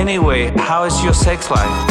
Anyway, how is your sex life?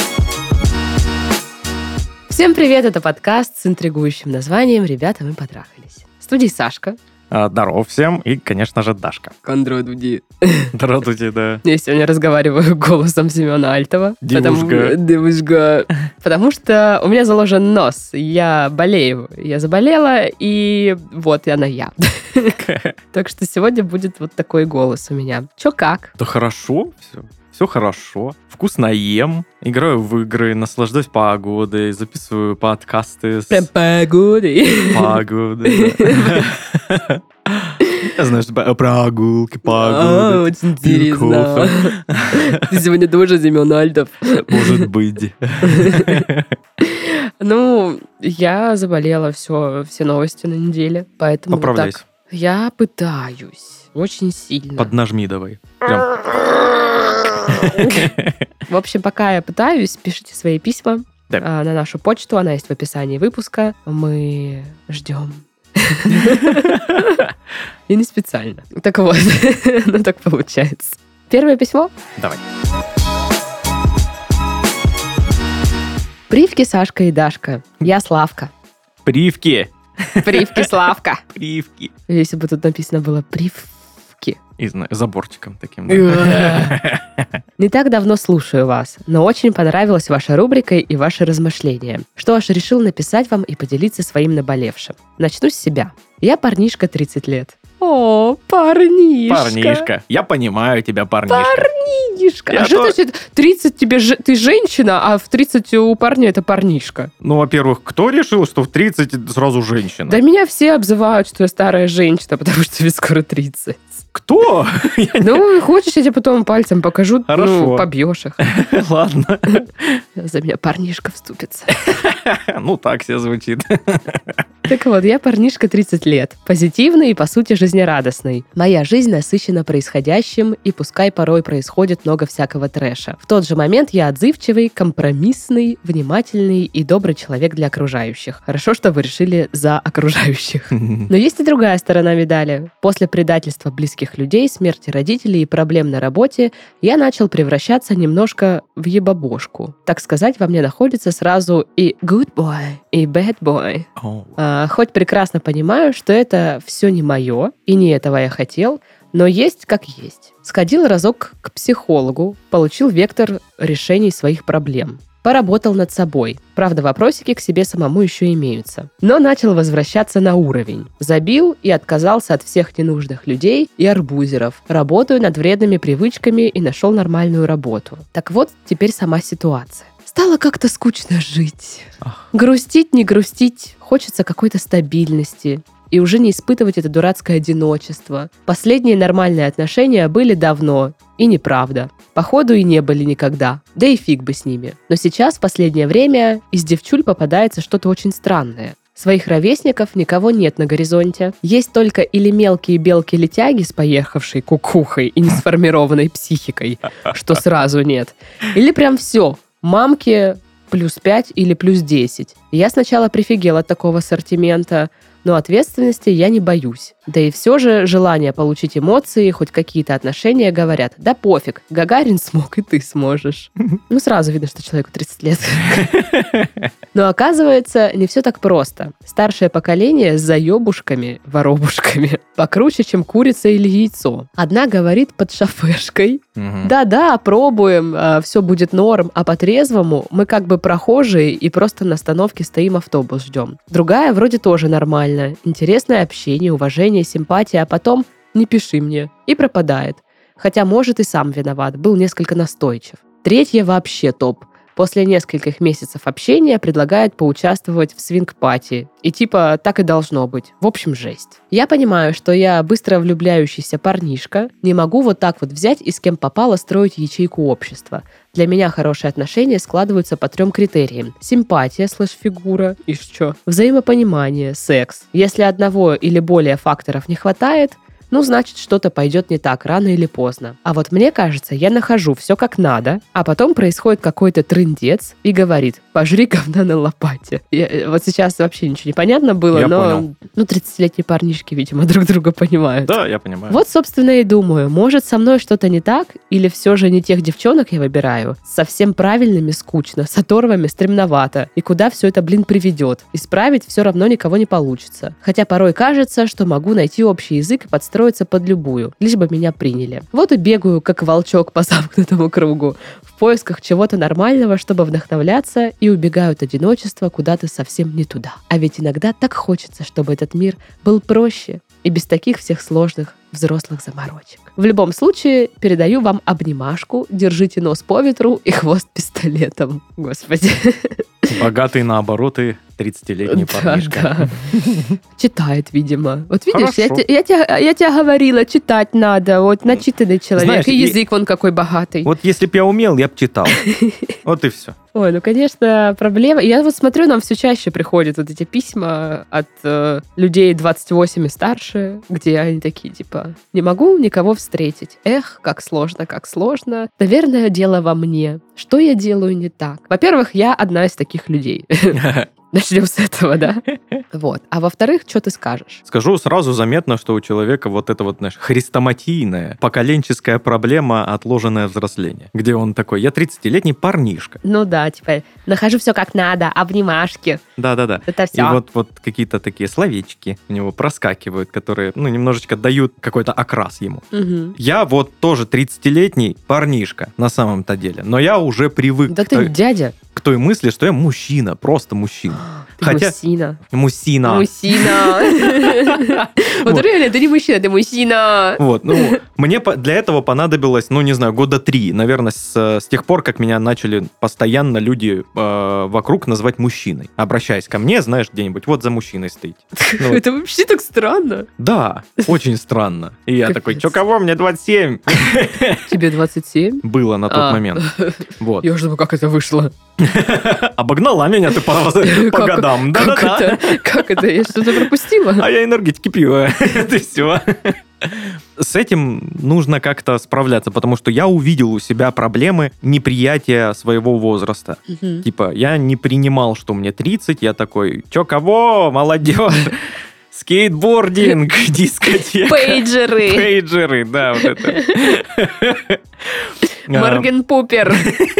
Всем привет, это подкаст с интригующим названием «Ребята, мы потрахались». В студии Сашка. Здорово всем, и, конечно же, Дашка. Кондро-дуди. Здравствуйте, да. Я сегодня разговариваю голосом Семена Альтова. Девушка. Потому что у меня заложен нос, я болею. Я заболела, и вот она я. Так что сегодня будет вот такой голос у меня. Чё как? Да хорошо, все хорошо. Вкусно ем, играю в игры, наслаждаюсь погодой, записываю подкасты. Прям погодой. Погодой, да. Я знаю, что прогулки, погода. Очень интересно. Ты сегодня тоже Семен Альтов. Может быть. Ну, я заболела, все новости на неделе, поэтому Поправляйся. так. Я пытаюсь очень сильно. Поднажми давай. Прям. В общем, пока я пытаюсь, пишите свои письма на нашу почту, она есть в описании выпуска. Мы ждем. И не специально. Так вот, ну так получается. Первое письмо? Давай. Привки, Сашка и Дашка. Я Славка. Привки. Привки, Славка. Привки. Если бы тут написано было привки. И заборчиком таким. Да. Не так давно слушаю вас, но очень понравилась ваша рубрика и ваши размышления, что аж решил написать вам и поделиться своим наболевшим. Начну с себя. Я парнишка 30 лет. О, парнишка. Парнишка. Я понимаю тебя, парнишка. Парнишка. А что значит 30 тебе ты женщина, а в 30 у парня это парнишка? Ну, во-первых, кто решил, что в 30 сразу женщина? Да меня все обзывают, что я старая женщина, потому что тебе скоро 30. Кто? Ну, хочешь, я тебе потом пальцем покажу, Хорошо. Ну, побьешь их. Ладно. За меня парнишка вступится. Ну, так себе звучит. Так вот, я парнишка 30 лет. Позитивный и, по сути, жизнерадостный. Моя жизнь насыщена происходящим, и пускай порой происходит много всякого трэша. В тот же момент я отзывчивый, компромиссный, внимательный и добрый человек для окружающих. Хорошо, что вы решили за окружающих. Но есть и другая сторона медали. После предательства близких людей, смерти родителей и проблем на работе я начал превращаться немножко в ебабошку. Так сказать, во мне находится сразу и good boy, и bad boy. Хоть прекрасно понимаю, что это все не мое, и не этого я хотел, но есть как есть. Сходил разок к психологу, получил вектор решений своих проблем. Поработал над собой. Правда, вопросики к себе самому еще имеются. Но начал возвращаться на уровень. Забил и отказался от всех ненужных людей и арбузеров. Работаю над вредными привычками и нашел нормальную работу. Так вот, теперь сама ситуация. Стало как-то скучно жить. Грустить, не грустить. Хочется какой-то стабильности. И уже не испытывать это дурацкое одиночество. Последние нормальные отношения были давно. И неправда. Походу и не были никогда. Да и фиг бы с ними. Но сейчас, в последнее время, из девчуль попадается что-то очень странное. Своих ровесников никого нет на горизонте. Есть только или мелкие белки-летяги с поехавшей кукухой и несформированной психикой, что сразу нет. Или прям все. Мамки плюс 5 или плюс 10. Я сначала прифигел от такого ассортимента, но ответственности я не боюсь. Да и все же желание получить эмоции, хоть какие-то отношения говорят, да пофиг, Гагарин смог, и ты сможешь. Ну, сразу видно, что человеку 30 лет. Но оказывается, не все так просто. Старшее поколение с заебушками, воробушками, покруче, чем курица или яйцо. Одна говорит под шофешкой, да-да, пробуем, все будет норм, а по-трезвому мы как бы прохожие и просто на остановке стоим, автобус ждем. Другая вроде тоже нормально. Интересное общение, уважение, симпатия, а потом «не пиши мне» и пропадает. Хотя, может, и сам виноват, был несколько настойчив. Третья вообще топ. После нескольких месяцев общения предлагает поучаствовать в свинг-пати. И типа так и должно быть. В общем, жесть. Я понимаю, что я быстро влюбляющийся парнишка, не могу вот так вот взять и с кем попало строить ячейку общества. Для меня хорошие отношения складываются по 3 критериям. Симпатия /фигура, взаимопонимание, секс. Если одного или более факторов не хватает, ну, значит, что-то пойдет не так рано или поздно. А вот мне кажется, я нахожу все как надо, а потом происходит какой-то трындец и говорит: пожри говна на лопате. Вот сейчас вообще ничего не понятно было, Я но понял. 30-летние парнишки, видимо, друг друга понимают. Да, я понимаю. Вот, собственно, и думаю, может, со мной что-то не так, или все же не тех девчонок я выбираю, с совсем правильными скучно, с оторвами стремновато, и куда все это, приведет. Исправить все равно никого не получится. Хотя порой кажется, что могу найти общий язык и подстроиться под любую, лишь бы меня приняли. Вот и бегаю, как волчок по замкнутому кругу, в поисках чего-то нормального, чтобы вдохновляться, и убегаю от одиночества куда-то совсем не туда. А ведь иногда так хочется, чтобы этот мир был проще и без таких всех сложных взрослых заморочек. В любом случае, передаю вам обнимашку, держите нос по ветру и хвост пистолетом. Господи. Богатый на обороты 30-летний парнишка. Да. Читает, видимо. Вот видишь, Хорошо. я тебе говорила, читать надо. Вот начитанный человек. Знаешь, и язык вон какой богатый. Вот если бы я умел, я бы читал. Вот и все. Ой, ну, конечно, проблема. Я вот смотрю, нам все чаще приходят вот эти письма от людей 28 и старше, где они такие, типа, не могу никого встретить. Эх, как сложно, как сложно. Наверное, дело во мне. Что я делаю не так? Во-первых, я одна из таких людей. Начнем с этого, да? Вот. А во-вторых, что ты скажешь? Скажу, сразу заметно, что у человека вот это вот, знаешь, хрестоматийная, поколенческая проблема отложенное взросление. Где он такой: я 30-летний парнишка. Ну да, типа, нахожу все как надо, обнимашки. Да-да-да. Это И все. вот какие-то такие словечки у него проскакивают, которые, немножечко дают какой-то окрас ему. Я вот тоже 30-летний парнишка на самом-то деле, но я уже привык Да ты дядя. к той мысли, что я мужчина, просто мужчина. Ты Хотя- мужчина. Мужчина. Мужчина. Вот реально, ты не мужчина, ты мужчина. Вот, мне для этого понадобилось, не знаю, года 3, наверное, с тех пор, как меня начали постоянно люди вокруг называть мужчиной. Обращаясь ко мне, знаешь, где-нибудь, вот за мужчиной стоите. Ну, Это вообще так странно. да, очень странно. И я такой: Капец. чё, кого, мне 27? Тебе 27? Было на тот момент. Вот. Я уже думаю, как это вышло. Обогнала меня ты по Как- годам. Как Да-да-да. это? Как это? Я что-то пропустила? А я энергетики пью. Это все. С этим нужно как-то справляться, потому что я увидел у себя проблемы неприятия своего возраста. Мгм. Типа, я не принимал, что мне 30, я такой: чё, кого, молодежь? Скейтбординг, дискотека. Пейджеры. Пейджеры, да, вот это. Морген Пупер.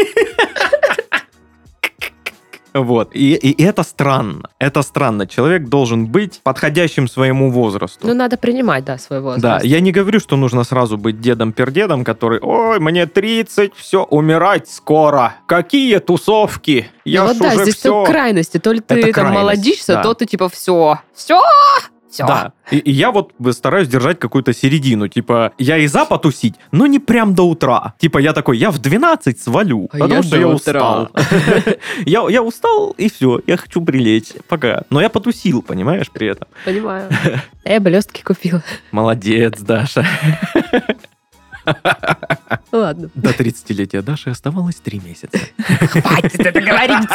Вот. И это странно. Это странно. Человек должен быть подходящим своему возрасту. Ну, надо принимать, да, свой возраст. Да, я не говорю, что нужно сразу быть дедом-пердедом, который: ой, мне 30, все, умирать скоро. Какие тусовки? Я Ну вот ж да, уже здесь все. все крайности. То ли ты Это там крайность, молодишься, да. то ты типа все. Да, и я вот стараюсь держать какую-то середину. Типа, я и за потусить, но не прям до утра. Типа, я такой: я в 12 свалю, А потому я что до я утра. устал. Я устал, и все, я хочу прилечь. Пока. Но я потусил, понимаешь, при этом. Понимаю. Я блестки купила. Молодец, Даша. Ладно. До 30-летия Даши оставалось 3 месяца. Хватит это говорить.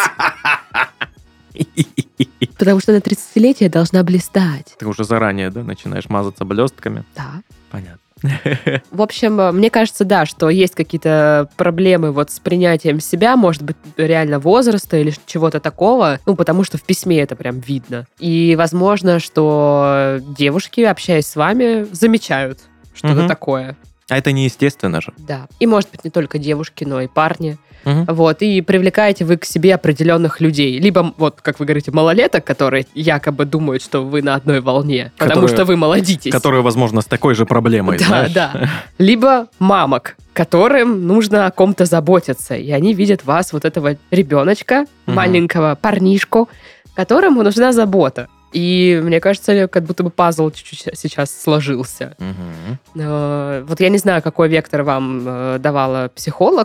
Потому что на 30-летие я должна блистать. Ты уже заранее, да, начинаешь мазаться блестками? Да. Понятно. В общем, мне кажется, да, что есть какие-то проблемы вот с принятием себя, может быть, реально возраста или чего-то такого, потому что в письме это прям видно. И возможно, что девушки, общаясь с вами, замечают что-то Мгм. такое. А это неестественно же. Да. И, может быть, не только девушки, но и парни. Мгм. Вот, и привлекаете вы к себе определенных людей. Либо, вот, как вы говорите, малолеток, которые якобы думают, что вы на одной волне, потому Которые- что вы молодитесь. Которые, возможно, с такой же проблемой, Да, знаешь? да. Либо мамок, которым нужно о ком-то заботиться. И они видят вас, вот этого ребеночка, Мгм. маленького парнишку, которому нужна забота. И мне кажется, как будто бы пазл чуть-чуть сейчас сложился. Мгм. Вот я не знаю, какой вектор вам давала психолог,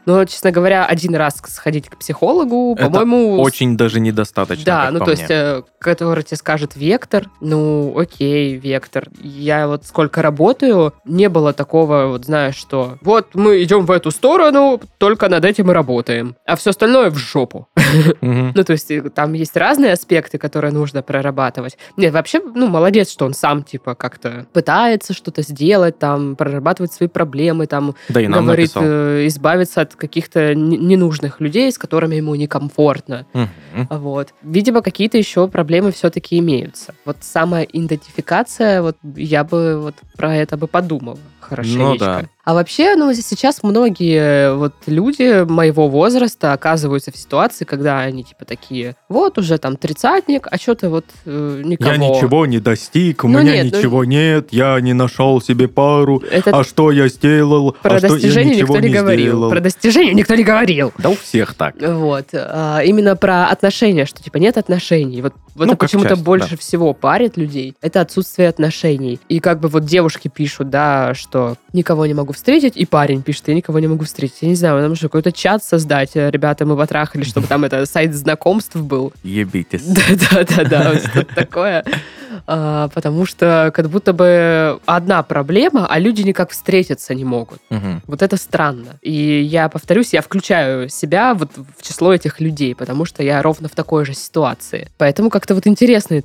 Но, честно говоря, один раз сходить к психологу, Это по-моему... очень даже недостаточно, Да, как ну по то мне. есть, который тебе скажет Вектор, ну окей, Вектор. Я вот сколько работаю, не было такого, вот знаешь, что вот мы идем в эту сторону, только над этим и работаем, а все остальное в жопу. Мгм. Ну, то есть там есть разные аспекты, которые нужно прорабатывать. Нет, вообще, ну, молодец, что он сам, типа, как-то пытается что-то сделать, там, прорабатывать свои проблемы, там, Да и нам говорит, написал. избавиться от каких-то ненужных людей, с которыми ему некомфортно. Мгм. Вот. Видимо, какие-то еще проблемы все-таки имеются. Вот самоидентификация, вот я бы вот про это бы подумала. Хорошенечко. Ну да. А вообще, ну, сейчас многие вот люди моего возраста оказываются в ситуации, когда они типа такие, вот уже там тридцатник, а что-то вот никого. Я ничего не достиг, у Ну меня нет, ну- ничего нет, я не нашел себе пару, Это а что я сделал, про а что я достижения ничего никто не говорил. сделал. Про достижения никто не говорил. Да у всех так. Вот. Именно про отношения, что типа нет отношений. Вот Ну, это как почему-то часто, больше да. всего парит людей. Это отсутствие отношений. И как бы вот девушки пишут, да, что никого не могу встретить, и парень пишет, я никого не могу встретить. Я не знаю, нам что, какой-то чат создать, ребята, мы потрахали, чтобы там это сайт знакомств был. Ебитесь. Да, вот что-то такое. Потому что как будто бы одна проблема, а люди никак встретиться не могут. Мгм. Вот это странно. И я повторюсь, я включаю себя вот в число этих людей, потому что я ровно в такой же ситуации. Поэтому как-то вот интересное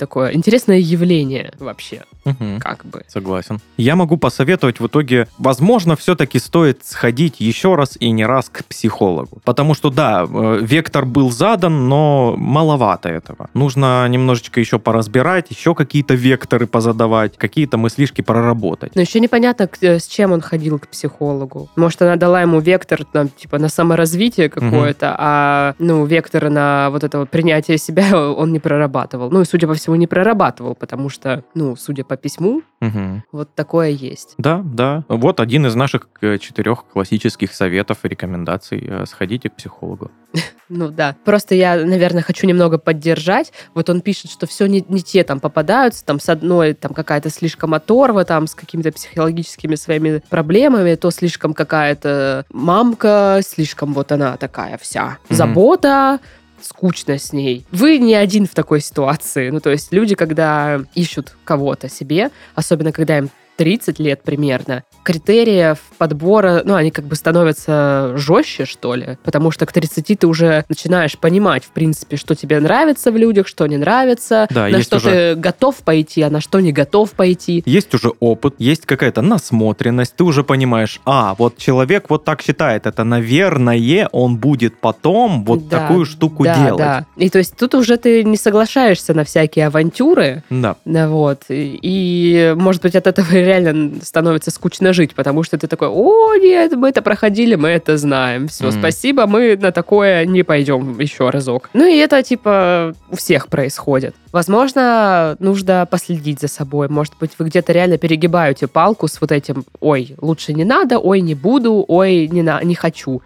явление вообще, Мгм. как бы. Согласен. Я могу посоветовать в итоге, возможно, все-таки стоит сходить еще раз и не раз к психологу. Потому что, да, вектор был задан, но маловато этого. Нужно немножечко еще поразбирать, еще какие-то векторы позадавать, какие-то мыслишки проработать. Но еще непонятно, с чем он ходил к психологу. Может, она дала ему вектор, там, типа, на саморазвитие какое-то, а, ну, вектор на вот это вот принятие себя он не прорабатывал. Ну, и, судя по всему, не прорабатывал, потому что, ну, судя по письму, Мгм. вот такое есть. Да, да. Вот один из наших 4 классических советов и рекомендаций. Сходите к психологу. Ну да. Просто я, наверное, хочу немного поддержать. Вот он пишет, что все не те там попадаются, там с одной там какая-то слишком оторва, там с какими-то психологическими своими проблемами, то слишком какая-то мамка, слишком вот она такая вся забота, скучно с ней. Вы не один в такой ситуации. Ну, то есть люди, когда ищут кого-то себе, особенно когда им 30 лет примерно, критериев подбора, ну, они как бы становятся жестче, что ли, потому что к 30 ты уже начинаешь понимать, в принципе, что тебе нравится в людях, что не нравится, Да, на есть что уже- ты готов пойти, а на что не готов пойти. Есть уже опыт, есть какая-то насмотренность, ты уже понимаешь, вот человек вот так считает, это, наверное, он будет потом вот Да, такую штуку да, делать. Да. И то есть тут уже ты не соглашаешься на всякие авантюры, Да. да, вот. И, может быть, от этого реально становится скучно жить, потому что ты такой, о, нет, мы это проходили, мы это знаем. Все, Мгм. спасибо, мы на такое не пойдем еще разок. Ну и это, типа, у всех происходит. Возможно, нужно последить за собой. Может быть, вы где-то реально перегибаете палку с вот этим, ой, лучше не надо, ой, не буду, ой, не хочу.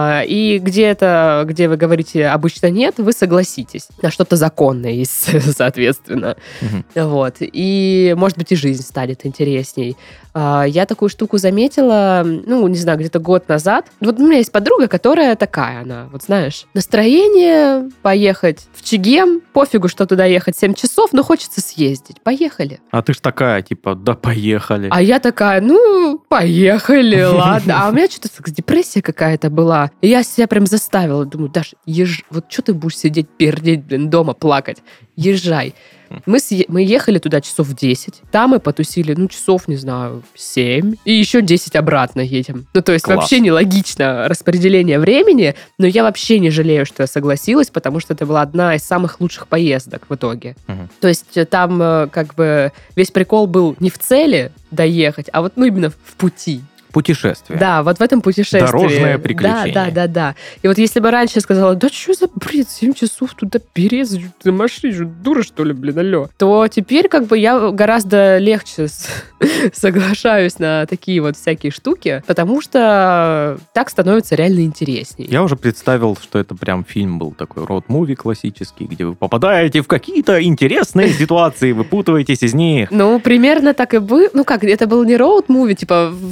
И где-то, где вы говорите обычно нет, вы согласитесь на что-то законное, соответственно. Мгм. Вот. И, может быть, и жизнь станет интересней. Я такую штуку заметила, ну, не знаю, где-то год назад. Вот у меня есть подруга, которая такая, она, вот знаешь, настроение поехать в Чегем, пофигу, что туда ехать 7 часов, но хочется съездить. Поехали. А ты ж такая, типа, да поехали. А я такая, ну, поехали, ладно. А у меня что-то депрессия какая-то была. И я себя прям заставила. Думаю, Даш, вот что ты будешь сидеть, пердеть, блин, дома, плакать? Езжай. Мы ехали туда часов в 10. Там мы потусили, ну, часов, не знаю, 7. И еще 10 обратно едем. Ну, то есть Класс. вообще нелогично распределение времени, но я вообще не жалею, что я согласилась, потому что это была одна из самых лучших поездок в итоге. Мгм. То есть там как бы весь прикол был не в цели доехать, а вот, ну, именно в пути. Путешествие. Да, вот в этом путешествии. Дорожное приключение. Да. И вот если бы раньше я сказала, да что за бред, 7 часов туда перезать на машине, что, дура что ли, блин, алло, то теперь как бы я гораздо легче соглашаюсь на такие вот всякие штуки, потому что так становится реально интересней. Я уже представил, что это прям фильм был такой, роуд-муви классический, где вы попадаете в какие-то интересные ситуации, выпутываетесь из них. Ну, примерно так и было. Ну как, это был не роуд-муви, типа в дороге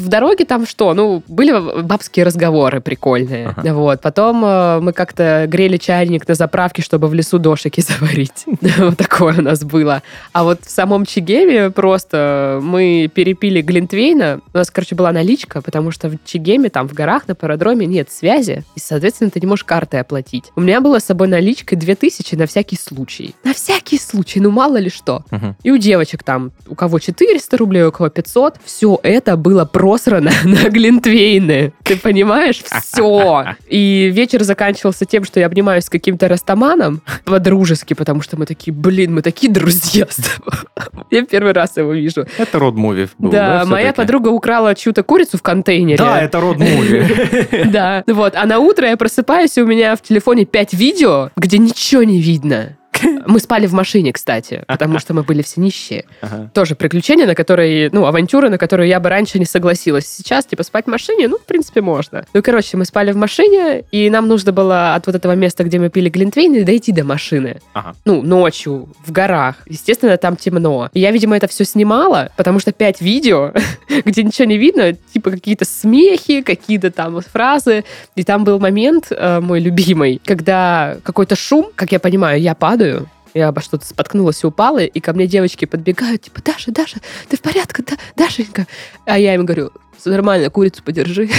там что? Ну, были бабские разговоры прикольные. Ага. Вот. Потом мы как-то грели чайник на заправке, чтобы в лесу дошики заварить. Вот такое у нас было. А вот в самом Чегеме просто мы перепили глинтвейна. У нас, короче, была наличка, потому что в Чегеме, там в горах, на пародроме нет связи, и, соответственно, ты не можешь картой оплатить. У меня было с собой наличка 2000 на всякий случай. На всякий случай, ну мало ли что. И у девочек там, у кого 400 рублей, у кого 500, все это было просрано на глинтвейны. Ты понимаешь? Все. И вечер заканчивался тем, что я обнимаюсь с каким-то растаманом по-дружески, потому что мы такие, блин, мы такие друзья. Я первый раз его вижу. Это род-муви был, Да, моя подруга украла чью-то курицу в контейнере. Да, это род-муви. Да. Вот. А на утро я просыпаюсь, и у меня в телефоне 5 видео, где ничего не видно. Мы спали в машине, кстати, потому что мы были все нищие. Ага. Тоже приключения, на которые, ну, авантюры, на которые я бы раньше не согласилась. Сейчас, типа, спать в машине, ну, в принципе, можно. Ну, короче, мы спали в машине, и нам нужно было от вот этого места, где мы пили глинтвейн, дойти до машины. Ага. Ну, ночью, в горах. Естественно, там темно. И я, видимо, это все снимала, потому что 5 видео, где ничего не видно, типа какие-то смехи, какие-то там фразы. И там был момент, мой любимый, когда какой-то шум, как я понимаю, я падаю, я обо что-то споткнулась и упала, и ко мне девочки подбегают, типа, Даша, ты в порядке? Дашенька? А я им говорю, все нормально, курицу подержи.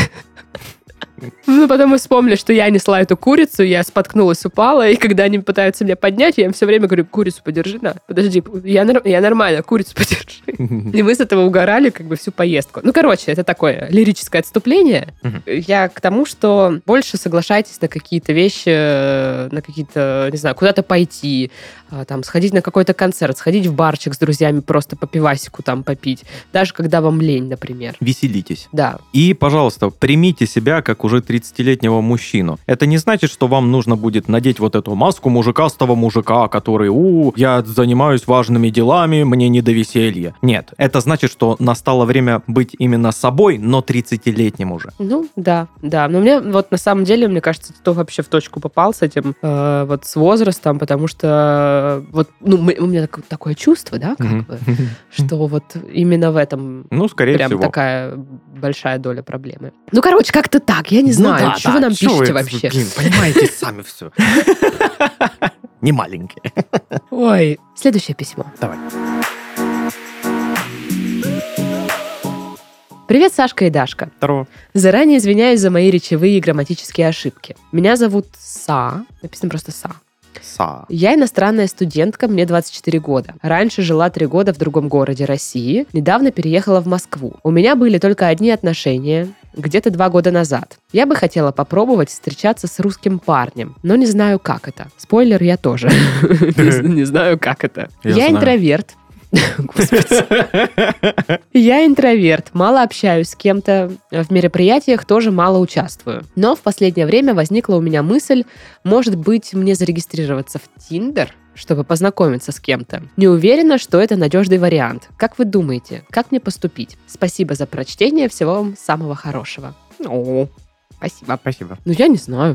Ну, потом мы вспомнили, что я несла эту курицу, я споткнулась, упала, и когда они пытаются меня поднять, я им все время говорю, курицу подержи, на, подожди, я нормально, курицу подержи. И мы с этого угорали как бы всю поездку. Ну, короче, это такое лирическое отступление. Я к тому, что больше соглашайтесь на какие-то вещи, на какие-то, не знаю, куда-то пойти, там, сходить на какой-то концерт, сходить в барчик с друзьями, просто по пивасику там попить, даже когда вам лень, например. Веселитесь. Да. И, пожалуйста, примите себя как уже 30-летнего мужчину. Это не значит, что вам нужно будет надеть вот эту маску мужикастого мужика, который, я занимаюсь важными делами, мне не до веселья. Нет, это значит, что настало время быть именно собой, но 30-летним уже. Ну, да. Но мне вот на самом деле, мне кажется, ты вообще в точку попал с этим, вот с возрастом, потому что вот, ну, у меня такое чувство, да, как бы, что вот именно в этом скорее прям всего. такая большая доля проблемы. Ну, короче, как-то так, я не знаю, что вы нам пишете вообще. Блин, понимаете сами все. Не маленькие. Ой, следующее письмо. Давай. Привет, Сашка и Дашка. Здорово. Заранее извиняюсь за мои речевые и грамматические ошибки. Меня зовут Са, написано просто Са. Я иностранная студентка, мне 24 года. Раньше жила 3 года в другом городе России, недавно переехала в Москву. У меня были только одни отношения, где-то 2 года назад. Я бы хотела попробовать встречаться с русским парнем, но не знаю, как это. Спойлер, я тоже. Не знаю, как это. Я интроверт. Господи. Я интроверт, мало общаюсь с кем-то, в мероприятиях тоже мало участвую. Но в последнее время возникла у меня мысль, может быть, мне зарегистрироваться в Tinder, чтобы познакомиться с кем-то. Не уверена, что это надежный вариант. Как вы думаете, как мне поступить? Спасибо за прочтение, всего вам самого хорошего. Спасибо. Ну, я не знаю.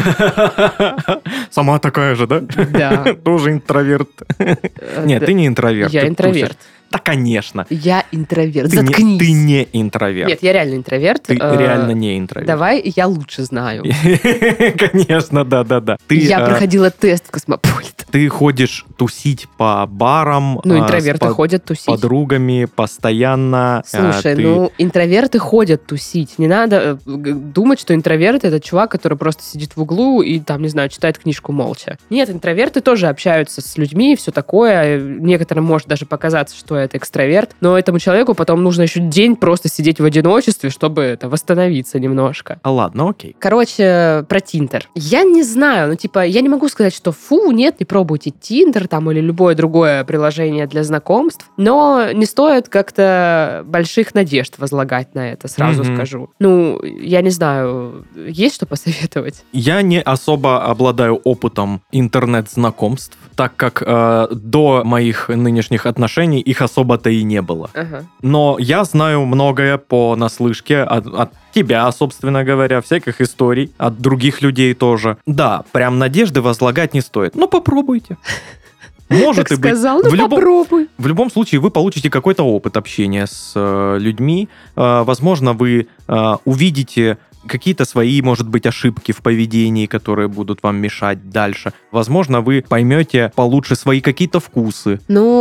Сама такая же, да? Да. Тоже интроверт. Нет, ты не интроверт. Я интроверт. Да, конечно. Я интроверт. Ты Заткнись. Ты не интроверт. Нет, я реально интроверт. Ты реально не интроверт. Давай, я лучше знаю. Конечно, да. Я проходила тест в Космополит. Ты ходишь тусить по барам. Ну, интроверты ходят тусить. С подругами постоянно. Слушай, интроверты ходят тусить. Не надо думать, что интроверт — это чувак, который просто сидит в углу и, там, не знаю, читает книжку молча. Нет, интроверты тоже общаются с людьми, все такое. Некоторым может даже показаться, что это экстраверт, но этому человеку потом нужно еще день просто сидеть в одиночестве, чтобы это восстановиться немножко. Ладно, окей. Короче, про Тиндер. Я не знаю, я не могу сказать, что нет, не пробуйте Тиндер там или любое другое приложение для знакомств, но не стоит как-то больших надежд возлагать на это, сразу скажу. Ну, я не знаю, есть что посоветовать? Я не особо обладаю опытом интернет-знакомств, так как до моих нынешних отношений их особо-то и не было. Но я знаю многое понаслышке от тебя, собственно говоря, всяких историй, от других людей тоже. Да, прям надежды возлагать не стоит. Но попробуйте. Может и быть. сказал, ну попробуй. В любом случае вы получите какой-то опыт общения с людьми. Возможно, вы увидите какие-то свои, может быть, ошибки в поведении, которые будут вам мешать дальше. Возможно, вы поймете получше свои какие-то вкусы.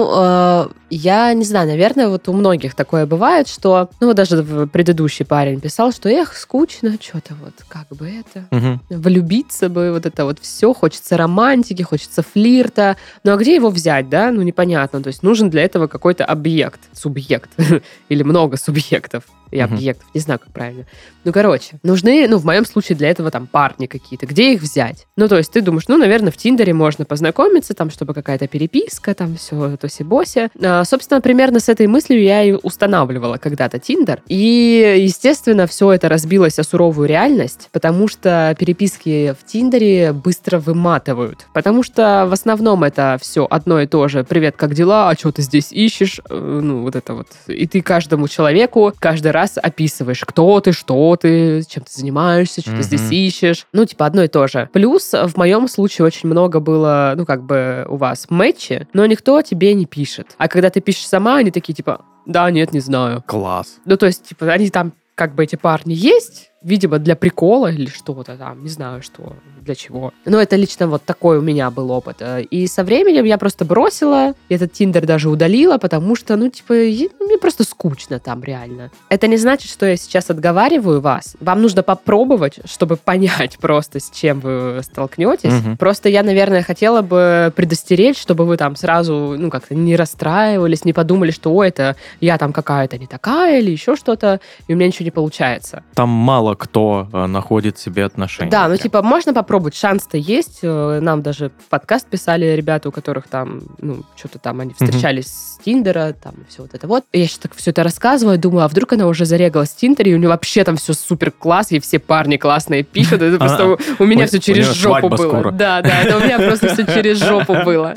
Ну, я не знаю, наверное, вот у многих такое бывает, что, ну, вот даже предыдущий парень писал, что, скучно, что-то вот, как бы это, влюбиться бы, вот это вот все, хочется романтики, хочется флирта, ну, а где его взять, да, ну, непонятно, то есть нужен для этого какой-то объект, субъект, или много субъектов и объектов, не знаю, как правильно. Ну, короче, нужны, ну, в моем случае для этого там парни какие-то, где их взять? Ну, то есть ты думаешь, ну, наверное, в Тиндере можно познакомиться, там, чтобы какая-то переписка, там, все, тоси-боси. Собственно, примерно с этой мыслью я и устанавливала когда-то Тиндер. И, естественно, все это разбилось о суровую реальность, потому что переписки в Тиндере быстро выматывают. Потому что в основном это все одно и то же. Привет, как дела? А что ты здесь ищешь? Ну, вот это вот. И ты каждому человеку каждый раз описываешь, кто ты, что ты, чем ты занимаешься, что ты здесь ищешь. Ну, типа, одно и то же. Плюс в моем случае очень много было, ну, как бы у вас матчи, но никто тебе не пишет. А когда ты пишешь сама, они такие, типа, да, нет, не знаю. Класс. Ну, то есть, типа, они там, как бы, эти парни есть, видимо, для прикола или что-то там, не знаю, что, для чего. Но это лично вот такой у меня был опыт. И со временем я просто бросила, этот Тиндер даже удалила, потому что, ну, типа, мне просто скучно там реально. Это не значит, что я сейчас отговариваю вас. Вам нужно попробовать, чтобы понять просто, с чем вы столкнетесь. Просто я, наверное, хотела бы предостеречь, чтобы вы там сразу, ну, как-то не расстраивались, не подумали, что, ой, это я там какая-то не такая или еще что-то, и у меня ничего не получается. Там мало кто находит себе отношения. Да, ну, типа, можно попробовать, шанс-то есть. Нам даже в подкаст писали ребята, у которых там, ну, что-то там, они встречались с Тиндера, там, все вот это вот. И я сейчас так все это рассказываю, думаю, а вдруг она уже зарегалась в Тиндере, и у нее вообще там все супер класс, и все парни классные пишут, это просто у меня все через жопу было. Да, это у меня просто все через жопу было.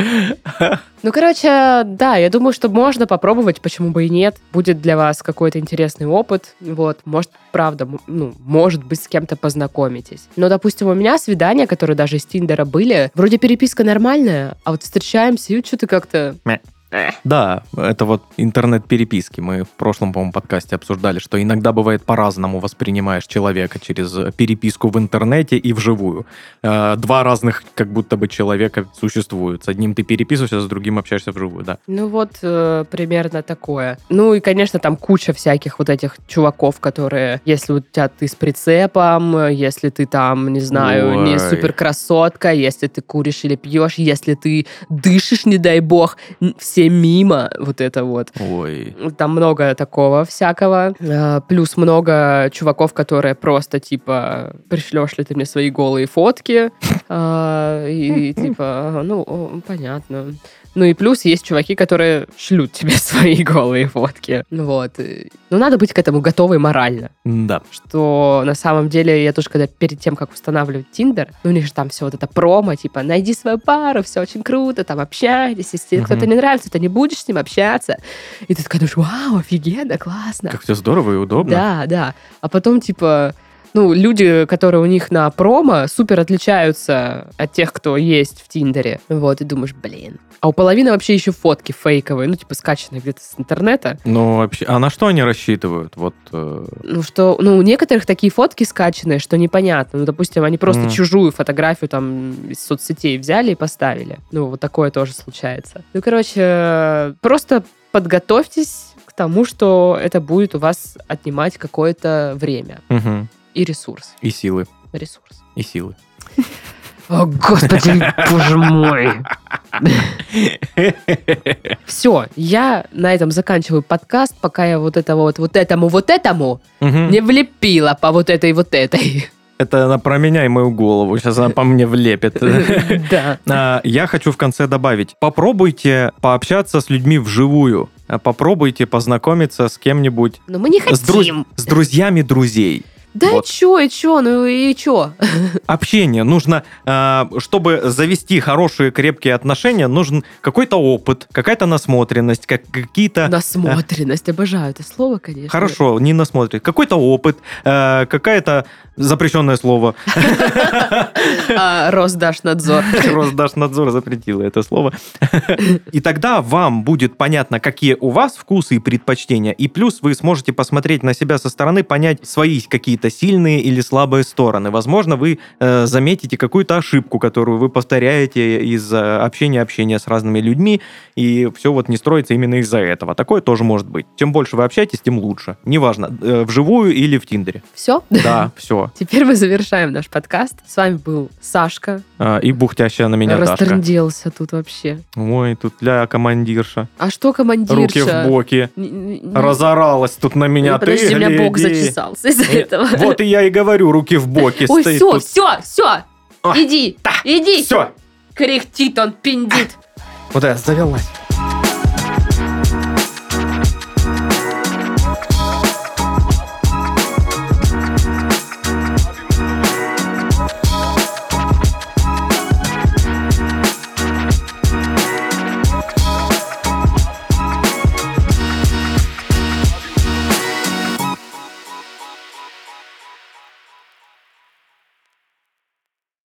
Ну, короче, да, я думаю, что можно попробовать, почему бы и нет. Будет для вас какой-то интересный опыт. Вот, может, правда, ну, может быть, с кем-то познакомитесь. Но, допустим, у меня свидания, которые даже из Тиндера были, вроде переписка нормальная, а вот встречаемся, и что-то как-то... Да, это вот интернет-переписки. Мы в прошлом, по-моему, подкасте обсуждали, что иногда бывает по-разному воспринимаешь человека через переписку в интернете и вживую. Два разных как будто бы человека существуют. С одним ты переписываешься, с другим общаешься вживую, да. Ну вот, примерно такое. Ну и, конечно, там куча всяких вот этих чуваков, которые, если у тебя ты с прицепом, если ты там, не знаю, не суперкрасотка, если ты куришь или пьешь, если ты дышишь, не дай бог, все мимо, вот это вот. Ой. Там много такого всякого. Плюс много чуваков, которые просто, типа, пришлешь ли ты мне свои голые фотки? И, типа, ну, понятно. Ну и плюс есть чуваки, которые шлют тебе свои голые фотки. Вот. Но надо быть к этому готовой морально. Да. Что на самом деле я тоже, когда перед тем, как устанавливать Тиндер, ну у них же там все вот это промо, типа, найди свою пару, все очень круто, там общайтесь, если кто-то не нравится, ты не будешь с ним общаться. И ты такая думаешь, вау, офигенно, классно. Как все здорово и удобно. Да. А потом, типа... Ну, люди, которые у них на промо, супер отличаются от тех, кто есть в Тиндере. Вот, и думаешь, блин. А у половины вообще еще фотки фейковые, ну, типа, скачанные где-то с интернета. Ну, вообще, а на что они рассчитывают? Вот. Ну, что, ну, у некоторых такие фотки скачанные, что непонятно. Ну, допустим, они просто чужую фотографию там из соцсетей взяли и поставили. Ну, вот такое тоже случается. Ну, короче, просто подготовьтесь к тому, что это будет у вас отнимать какое-то время. И ресурс. И силы. Ресурс. И силы. О, господи, боже мой. Все, я на этом заканчиваю подкаст, пока я вот этому не влепила по вот этой. Это она про меня и мою голову. Сейчас она по мне влепит. Да. Я хочу в конце добавить. Попробуйте пообщаться с людьми вживую. Попробуйте познакомиться с кем-нибудь. Но мы не хотим. С друзьями друзей. Да Вот. и чё, ну и чё? Общение. Нужно, чтобы завести хорошие, крепкие отношения, нужен какой-то опыт, какая-то насмотренность, какие-то... Насмотренность, обожаю это слово, конечно. Хорошо, не насмотренность. Какой-то опыт, какая-то запрещенное слово. Росдашнадзор. Росдашнадзор запретил это слово. И тогда вам будет понятно, какие у вас вкусы и предпочтения. И плюс вы сможете посмотреть на себя со стороны, понять свои какие-то сильные или слабые стороны. Возможно, вы заметите какую-то ошибку, которую вы повторяете из общения с разными людьми, и все вот не строится именно из-за этого. Такое тоже может быть. Чем больше вы общаетесь, тем лучше. Неважно, вживую или в Тиндере. Все? Да, все. Теперь мы завершаем наш подкаст. С вами был Сашка. И бухтящая на меня Дашка. Растрынделся тут вообще. Ой, тут командирша. А что командирша? Руки в боки. Разоралась тут на меня. Подожди, ты у меня бок гляди. зачесался из-за этого. Вот и я и говорю, руки в боки. Ой, стоит все, тут. все. А, Иди. Все. Кряхтит он, пиндит. Вот это завелась.